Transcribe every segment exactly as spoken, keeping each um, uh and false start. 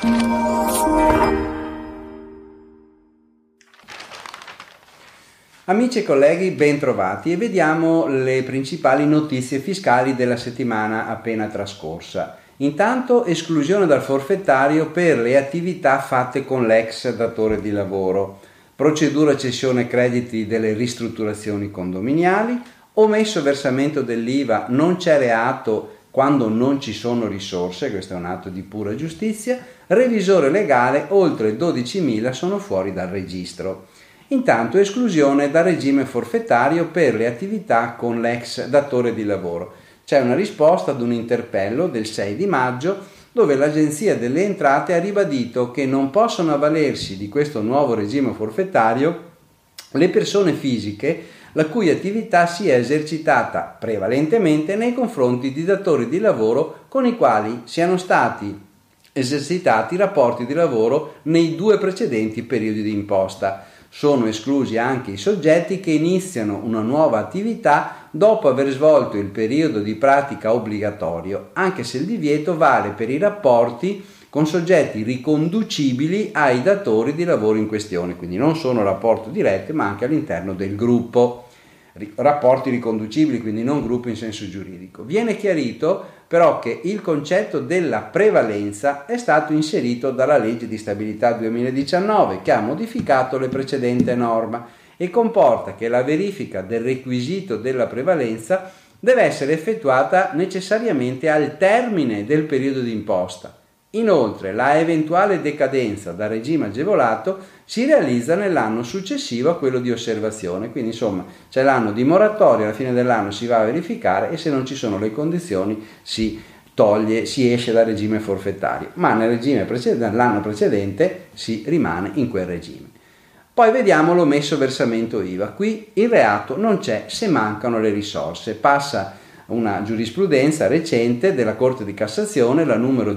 Amici e colleghi, ben trovati e vediamo le principali notizie fiscali della settimana appena trascorsa. Intanto, esclusione dal forfettario per le attività fatte con l'ex datore di lavoro, procedura cessione crediti delle ristrutturazioni condominiali, omesso versamento dell'I V A, non c'è reato quando non ci sono risorse, questo è un atto di pura giustizia, revisore legale, oltre dodicimila sono fuori dal registro. Intanto esclusione dal regime forfettario per le attività con l'ex datore di lavoro. C'è una risposta ad un interpello del sei di maggio dove l'Agenzia delle Entrate ha ribadito che non possono avvalersi di questo nuovo regime forfettario le persone fisiche la cui attività sia esercitata prevalentemente nei confronti di datori di lavoro con i quali siano stati esercitati rapporti di lavoro nei due precedenti periodi di imposta. Sono esclusi anche i soggetti che iniziano una nuova attività dopo aver svolto il periodo di pratica obbligatorio, anche se il divieto vale per i rapporti con soggetti riconducibili ai datori di lavoro in questione, quindi non sono rapporti diretti ma anche all'interno del gruppo. Rapporti riconducibili, quindi non gruppo in senso giuridico. Viene chiarito però che il concetto della prevalenza è stato inserito dalla legge di stabilità duemiladiciannove che ha modificato le precedenti norme e comporta che la verifica del requisito della prevalenza deve essere effettuata necessariamente al termine del periodo di imposta. Inoltre, la eventuale decadenza dal regime agevolato si realizza nell'anno successivo a quello di osservazione, quindi insomma c'è l'anno di moratoria, alla fine dell'anno si va a verificare e se non ci sono le condizioni si toglie, si esce dal regime forfettario, ma nel regime precedente, nell'anno precedente si rimane in quel regime. Poi vediamo l'omesso versamento I V A. Qui il reato non c'è se mancano le risorse, passa una giurisprudenza recente della Corte di Cassazione, la numero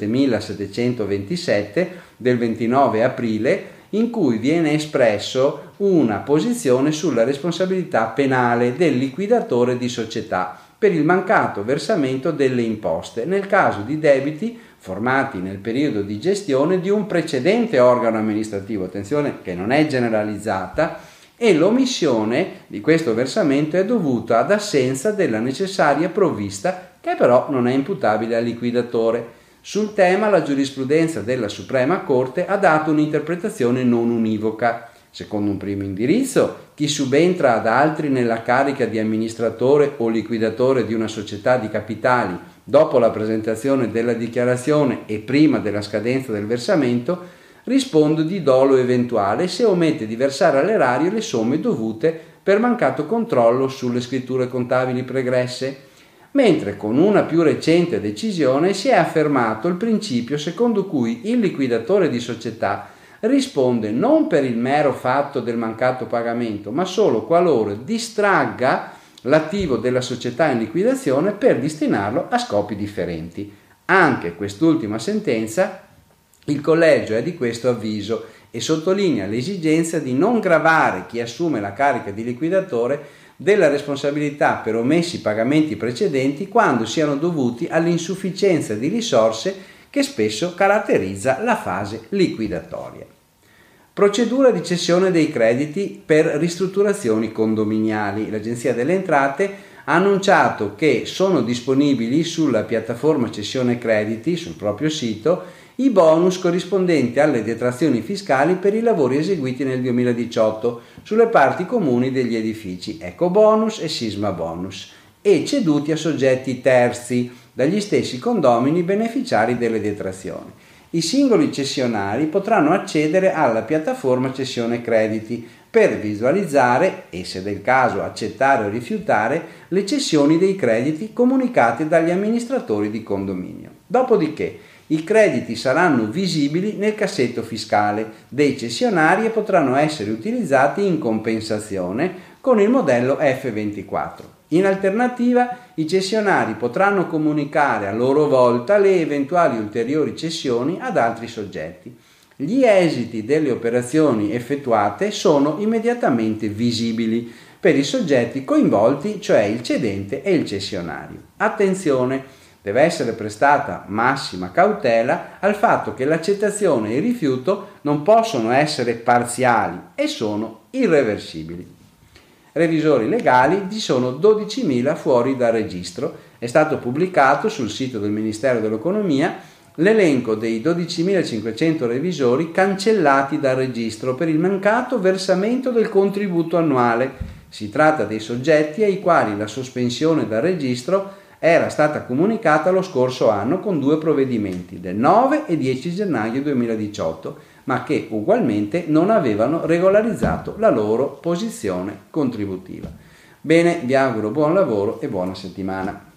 diciassettemilasettecentoventisette del ventinove aprile, in cui viene espresso una posizione sulla responsabilità penale del liquidatore di società per il mancato versamento delle imposte nel caso di debiti formati nel periodo di gestione di un precedente organo amministrativo, attenzione che non è generalizzata, e l'omissione di questo versamento è dovuta ad assenza della necessaria provvista che però non è imputabile al liquidatore. Sul tema la giurisprudenza della Suprema Corte ha dato un'interpretazione non univoca. Secondo un primo indirizzo, chi subentra ad altri nella carica di amministratore o liquidatore di una società di capitali dopo la presentazione della dichiarazione e prima della scadenza del versamento risponde di dolo eventuale se omette di versare all'erario le somme dovute per mancato controllo sulle scritture contabili pregresse, mentre con una più recente decisione si è affermato il principio secondo cui il liquidatore di società risponde non per il mero fatto del mancato pagamento, ma solo qualora distragga l'attivo della società in liquidazione per destinarlo a scopi differenti. Anche quest'ultima sentenza il collegio è di questo avviso e sottolinea l'esigenza di non gravare chi assume la carica di liquidatore della responsabilità per omessi pagamenti precedenti quando siano dovuti all'insufficienza di risorse che spesso caratterizza la fase liquidatoria. Procedura di cessione dei crediti per ristrutturazioni condominiali. L'Agenzia delle Entrate ha annunciato che sono disponibili sulla piattaforma cessione crediti, sul proprio sito, i bonus corrispondenti alle detrazioni fiscali per i lavori eseguiti nel duemiladiciotto sulle parti comuni degli edifici, eco bonus e sisma bonus, e ceduti a soggetti terzi dagli stessi condomini beneficiari delle detrazioni. I singoli cessionari potranno accedere alla piattaforma cessione crediti per visualizzare e, se del caso, accettare o rifiutare le cessioni dei crediti comunicate dagli amministratori di condominio. Dopodiché, i crediti saranno visibili nel cassetto fiscale dei cessionari e potranno essere utilizzati in compensazione con il modello F ventiquattro. In alternativa, i cessionari potranno comunicare a loro volta le eventuali ulteriori cessioni ad altri soggetti. Gli esiti delle operazioni effettuate sono immediatamente visibili per i soggetti coinvolti, cioè il cedente e il cessionario. Attenzione! Deve essere prestata massima cautela al fatto che l'accettazione e il rifiuto non possono essere parziali e sono irreversibili. Revisori legali ci sono dodicimila fuori dal registro. È stato pubblicato sul sito del Ministero dell'Economia l'elenco dei dodicimilacinquecento revisori cancellati dal registro per il mancato versamento del contributo annuale. Si tratta dei soggetti ai quali la sospensione dal registro era stata comunicata lo scorso anno con due provvedimenti, del nove e dieci gennaio duemiladiciotto, ma che ugualmente non avevano regolarizzato la loro posizione contributiva. Bene, vi auguro buon lavoro e buona settimana.